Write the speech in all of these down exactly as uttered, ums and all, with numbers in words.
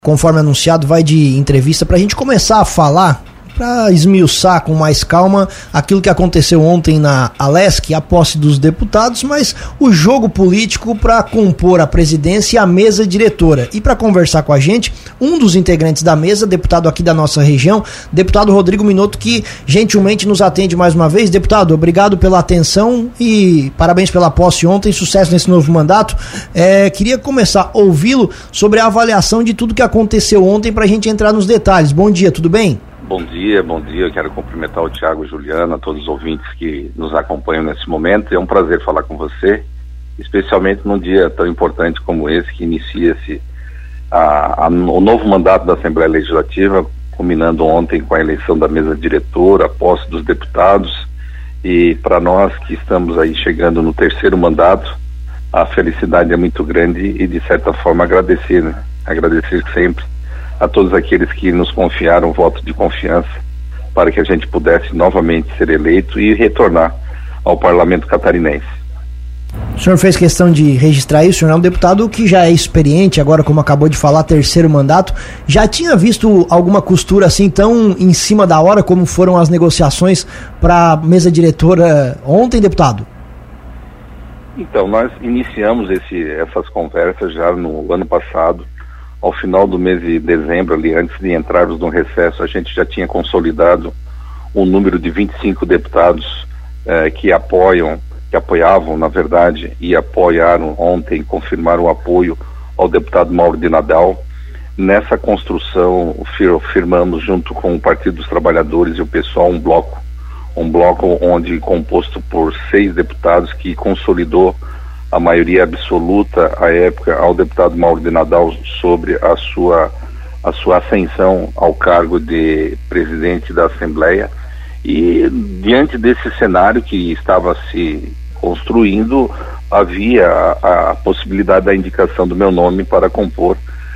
Conforme anunciado, vai de entrevista para a gente começar a falar, para esmiuçar com mais calma aquilo que aconteceu ontem na Alesc, a posse dos deputados, mas o jogo político para compor a presidência e a mesa diretora. E para conversar com a gente, um dos integrantes da mesa, deputado aqui da nossa região, deputado Rodrigo Minotto, que gentilmente nos atende mais uma vez. Deputado, obrigado pela atenção e parabéns pela posse ontem, sucesso nesse novo mandato. É, queria começar a ouvi-lo sobre a avaliação de tudo que aconteceu ontem para a gente entrar nos detalhes. Bom dia, tudo bem? Bom dia, bom dia. Eu quero cumprimentar o Thiago, Juliana, todos os ouvintes que nos acompanham nesse momento. É um prazer falar com você, especialmente num dia tão importante como esse, que inicia-se a, a, o novo mandato da Assembleia Legislativa, culminando ontem com a eleição da mesa diretora, a posse dos deputados. E para nós que estamos aí chegando no terceiro mandato, a felicidade é muito grande e, de certa forma, agradecer, né? Agradecer sempre a todos aqueles que nos confiaram um voto de confiança para que a gente pudesse novamente ser eleito e retornar ao Parlamento Catarinense. O senhor fez questão de registrar isso, o senhor é um deputado que já é experiente, agora como acabou de falar, terceiro mandato. Já tinha visto alguma costura assim tão em cima da hora como foram as negociações para a mesa diretora ontem, deputado? Então, nós iniciamos esse, essas conversas já no ano passado. Ao final do mês de dezembro, ali, antes de entrarmos no recesso, a gente já tinha consolidado um número de vinte e cinco deputados eh, que apoiam, que apoiavam, na verdade, e apoiaram ontem, confirmaram o apoio ao deputado Mauro de Nadal. Nessa construção, fir firmamos junto com o Partido dos Trabalhadores e o pessoal um bloco, um bloco onde composto por seis deputados que consolidou a maioria absoluta à época ao deputado Mauro de Nadal sobre a sua, a sua ascensão ao cargo de presidente da Assembleia. E diante desse cenário que estava se construindo, havia a, a possibilidade da indicação do meu nome para compor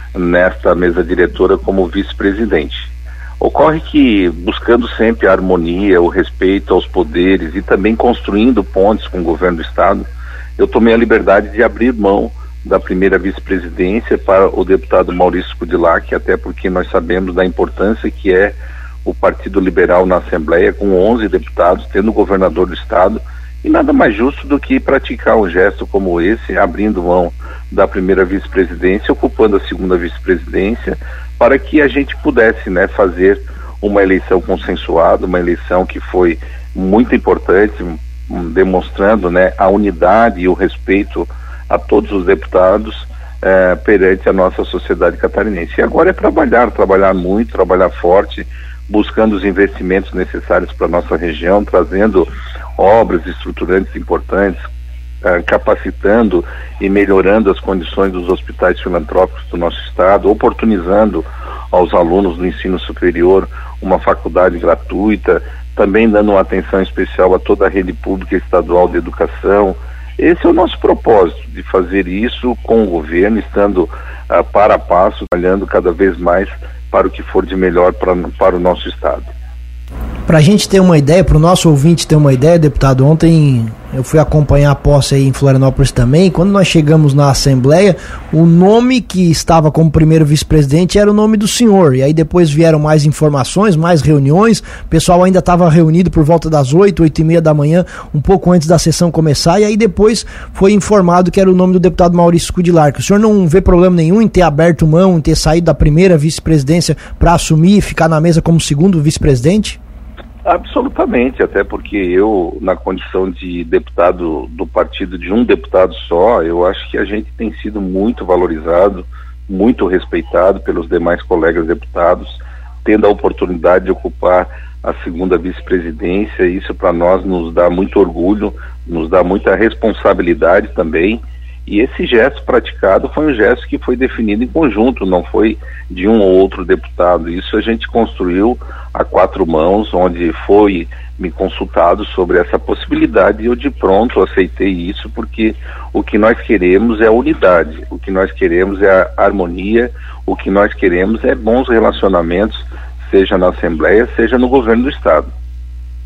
nesta mesa diretora como vice-presidente. Ocorre que, buscando sempre a harmonia, o respeito aos poderes e também construindo pontes com o governo do Estado, eu tomei a liberdade de abrir mão da primeira vice-presidência para o deputado Maurício Kudilac, até porque nós sabemos da importância que é o Partido Liberal na Assembleia, com onze deputados, tendo o governador do Estado, e nada mais justo do que praticar um gesto como esse, abrindo mão da primeira vice-presidência, ocupando a segunda vice-presidência, para que a gente pudesse, né, fazer uma eleição consensuada, uma eleição que foi muito importante, demonstrando, né, a unidade e o respeito a todos os deputados eh, perante a nossa sociedade catarinense. E agora é trabalhar, trabalhar muito, trabalhar forte, buscando os investimentos necessários para a nossa região, trazendo obras estruturantes importantes, eh, capacitando e melhorando as condições dos hospitais filantrópicos do nosso estado, oportunizando aos alunos do ensino superior uma faculdade gratuita, também dando uma atenção especial a toda a rede pública estadual de educação. Esse é o nosso propósito, de fazer isso com o governo, estando uh, para a passo, trabalhando cada vez mais para o que for de melhor pra, para o nosso estado. Para a gente ter uma ideia, para o nosso ouvinte ter uma ideia, deputado, ontem eu fui acompanhar a posse aí em Florianópolis também. Quando nós chegamos na Assembleia, o nome que estava como primeiro vice-presidente era o nome do senhor. E aí depois vieram mais informações, mais reuniões. O pessoal ainda estava reunido por volta das oito, oito e meia da manhã, um pouco antes da sessão começar. E aí depois foi informado que era o nome do deputado Maurício Kudilac. O senhor não vê problema nenhum em ter aberto mão, em ter saído da primeira vice-presidência para assumir e ficar na mesa como segundo vice-presidente? Absolutamente, até porque eu, na condição de deputado do partido de um deputado só, eu acho que a gente tem sido muito valorizado, muito respeitado pelos demais colegas deputados, tendo a oportunidade de ocupar a segunda vice-presidência. Isso para nós nos dá muito orgulho, nos dá muita responsabilidade também. E esse gesto praticado foi um gesto que foi definido em conjunto, não foi de um ou outro deputado. Isso a gente construiu a quatro mãos, onde foi me consultado sobre essa possibilidade e eu de pronto aceitei isso, porque o que nós queremos é a unidade, o que nós queremos é a harmonia, o que nós queremos é bons relacionamentos, seja na Assembleia, seja no governo do Estado.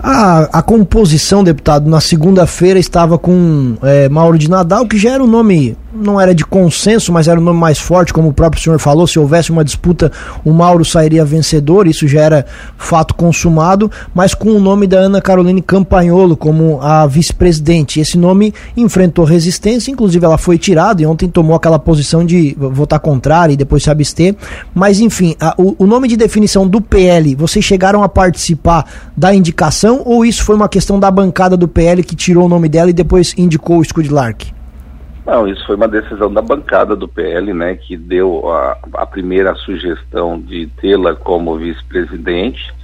A, a composição, deputado, na segunda-feira estava com é, Mauro de Nadal, que já era um nome, não era de consenso, mas era um nome mais forte, como o próprio senhor falou. Se houvesse uma disputa, o Mauro sairia vencedor, isso já era fato consumado, mas com o nome da Ana Caroline Campagnolo como a vice-presidente. Esse nome enfrentou resistência, inclusive ela foi tirada e ontem tomou aquela posição de votar contrário e depois se abster. Mas enfim, a, o, o nome de definição do P L, vocês chegaram a participar da indicação, ou isso foi uma questão da bancada do P L que tirou o nome dela e depois indicou o Skudlark? Não, isso foi uma decisão da bancada do P L, né, que deu a, a primeira sugestão de tê-la como vice-presidente,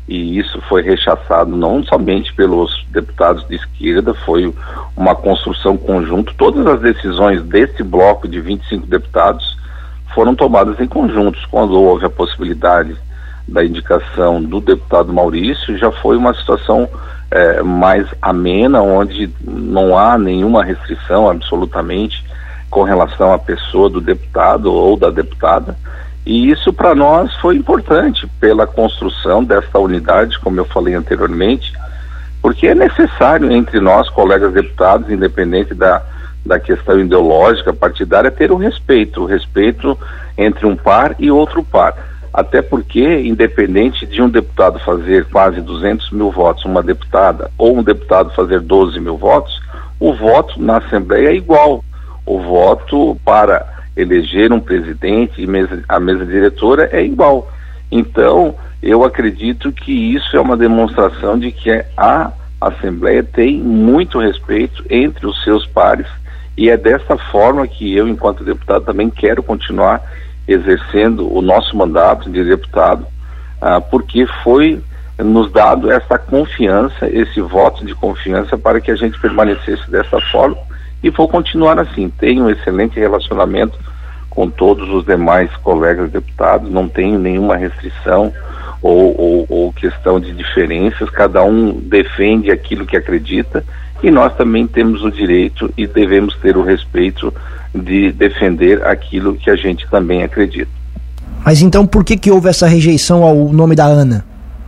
e isso foi rechaçado não somente pelos deputados de esquerda, foi uma construção conjunta. Todas as decisões desse bloco de vinte e cinco deputados foram tomadas em conjuntos. Quando houve a possibilidade da indicação do deputado Maurício, já foi uma situação é, mais amena, onde não há nenhuma restrição absolutamente com relação à pessoa do deputado ou da deputada, e isso para nós foi importante pela construção dessa unidade, como eu falei anteriormente, porque é necessário entre nós, colegas deputados, independente da, da questão ideológica, partidária, ter o respeito, o respeito entre um par e outro par. Até porque, independente de um deputado fazer quase duzentos mil votos, uma deputada, ou um deputado fazer doze mil votos, o voto na Assembleia é igual. O voto para eleger um presidente e mesa, a mesa diretora é igual. Então, eu acredito que isso é uma demonstração de que a Assembleia tem muito respeito entre os seus pares, e é dessa forma que eu, enquanto deputado, também quero continuar exercendo o nosso mandato de deputado, ah, porque foi nos dado essa confiança, esse voto de confiança para que a gente permanecesse dessa forma, e vou continuar assim. Tenho um excelente relacionamento com todos os demais colegas deputados, não tenho nenhuma restrição ou, ou, ou questão de diferenças, cada um defende aquilo que acredita, e nós também temos o direito e devemos ter o respeito de defender aquilo que a gente também acredita. Mas então por que que houve essa rejeição ao nome da Ana?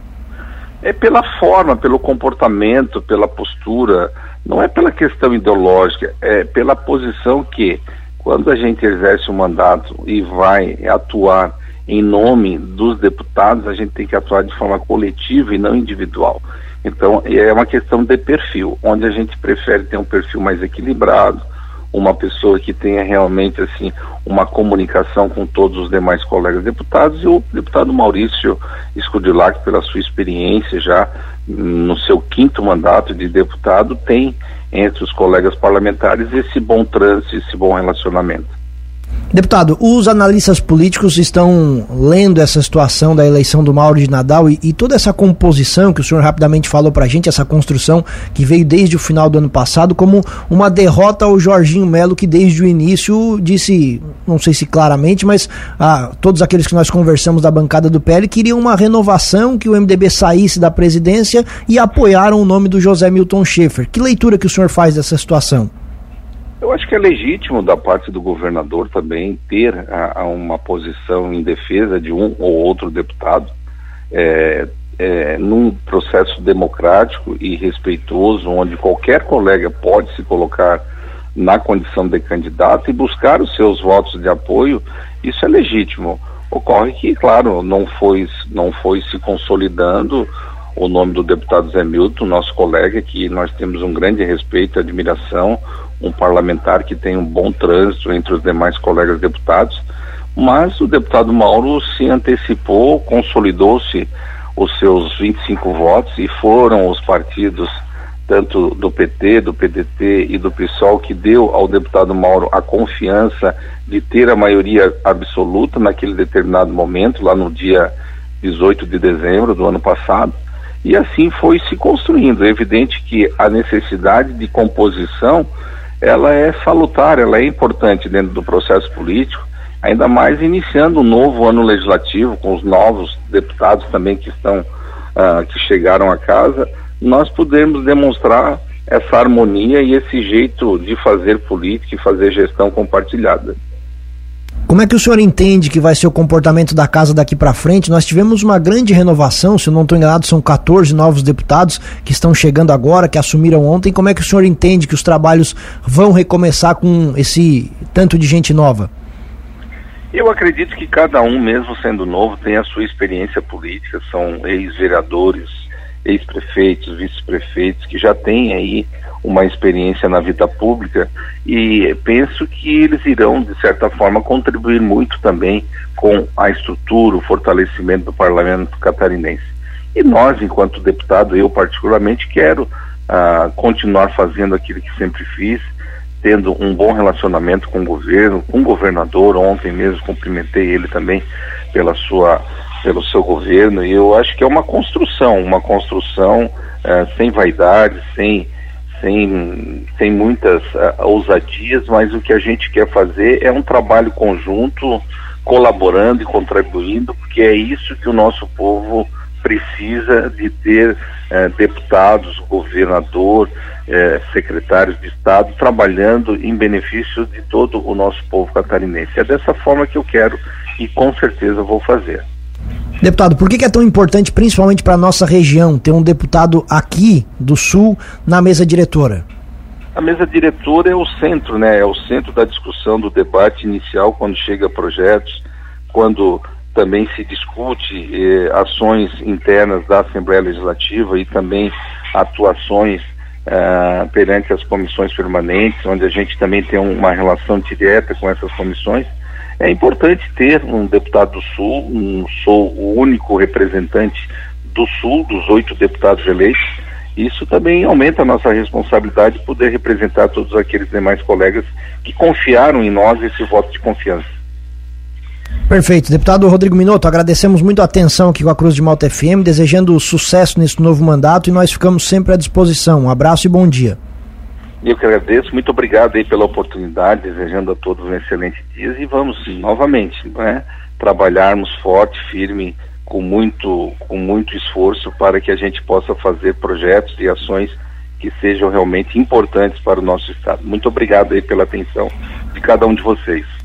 É pela forma, pelo comportamento, pela postura, não é pela questão ideológica, é pela posição que, quando a gente exerce o mandato e vai atuar em nome dos deputados, a gente tem que atuar de forma coletiva e não individual. Então é uma questão de perfil, onde a gente prefere ter um perfil mais equilibrado, uma pessoa que tenha realmente assim uma comunicação com todos os demais colegas deputados, e o deputado Maurício Skudlark, pela sua experiência já no seu quinto mandato de deputado, tem entre os colegas parlamentares esse bom trânsito, esse bom relacionamento. Deputado, os analistas políticos estão lendo essa situação da eleição do Mauro de Nadal e, e toda essa composição que o senhor rapidamente falou pra gente, essa construção que veio desde o final do ano passado, como uma derrota ao Jorginho Melo, que desde o início disse, não sei se claramente, mas ah, todos aqueles que nós conversamos da bancada do P L queriam uma renovação, que o M D B saísse da presidência, e apoiaram o nome do José Milton Schaefer. Que leitura que o senhor faz dessa situação? Eu acho que é legítimo da parte do governador também ter a, a uma posição em defesa de um ou outro deputado, é, é, num processo democrático e respeitoso, onde qualquer colega pode se colocar na condição de candidato e buscar os seus votos de apoio. Isso é legítimo. Ocorre que, claro, não foi, não foi se consolidando o nome do deputado Zé Milton, nosso colega, que nós temos um grande respeito e admiração, um parlamentar que tem um bom trânsito entre os demais colegas deputados, mas o deputado Mauro se antecipou, consolidou-se os seus vinte e cinco votos, e foram os partidos, tanto do P T, do P D T e do PSOL, que deu ao deputado Mauro a confiança de ter a maioria absoluta naquele determinado momento, lá no dia dezoito de dezembro do ano passado. E assim foi se construindo. É evidente que a necessidade de composição, ela é salutar, ela é importante dentro do processo político, ainda mais iniciando um novo ano legislativo, com os novos deputados também que estão, uh, que chegaram a casa, nós podemos demonstrar essa harmonia e esse jeito de fazer política e fazer gestão compartilhada. Como é que o senhor entende que vai ser o comportamento da casa daqui para frente? Nós tivemos uma grande renovação, se eu não estou enganado, são quatorze novos deputados que estão chegando agora, que assumiram ontem. Como é que o senhor entende que os trabalhos vão recomeçar com esse tanto de gente nova? Eu acredito que cada um, mesmo sendo novo, tem a sua experiência política, são ex-vereadores, ex-prefeitos, vice-prefeitos, que já têm aí uma experiência na vida pública, e penso que eles irão, de certa forma, contribuir muito também com a estrutura, o fortalecimento do parlamento catarinense. E nós, enquanto deputado, eu particularmente quero uh, continuar fazendo aquilo que sempre fiz, tendo um bom relacionamento com o governo, com o governador. Ontem mesmo cumprimentei ele também pela sua, pelo seu governo, e eu acho que é uma construção, uma construção uh, sem vaidade, sem, sem, sem muitas uh, ousadias, mas o que a gente quer fazer é um trabalho conjunto, colaborando e contribuindo, porque é isso que o nosso povo precisa, de ter uh, deputados, governador, Eh, secretários de Estado trabalhando em benefício de todo o nosso povo catarinense. É dessa forma que eu quero e com certeza vou fazer. Deputado, por que é tão importante, principalmente para a nossa região, ter um deputado aqui do Sul na mesa diretora? A mesa diretora é o centro, né? É o centro da discussão, do debate inicial, quando chega a projetos, quando também se discute eh, ações internas da Assembleia Legislativa e também atuações Uh, perante as comissões permanentes, onde a gente também tem uma relação direta com essas comissões. É importante ter um deputado do Sul, um, sou o único representante do Sul, dos oito deputados eleitos. Isso também aumenta a nossa responsabilidade de poder representar todos aqueles demais colegas que confiaram em nós esse voto de confiança. Perfeito. Deputado Rodrigo Minotto, agradecemos muito a atenção aqui com a Cruz de Malta F M, desejando sucesso nesse novo mandato, e nós ficamos sempre à disposição. Um abraço e bom dia. Eu que agradeço, muito obrigado aí pela oportunidade, desejando a todos um excelente dia, e vamos novamente, né, trabalharmos forte, firme, com muito, com muito esforço, para que a gente possa fazer projetos e ações que sejam realmente importantes para o nosso Estado. Muito obrigado aí pela atenção de cada um de vocês.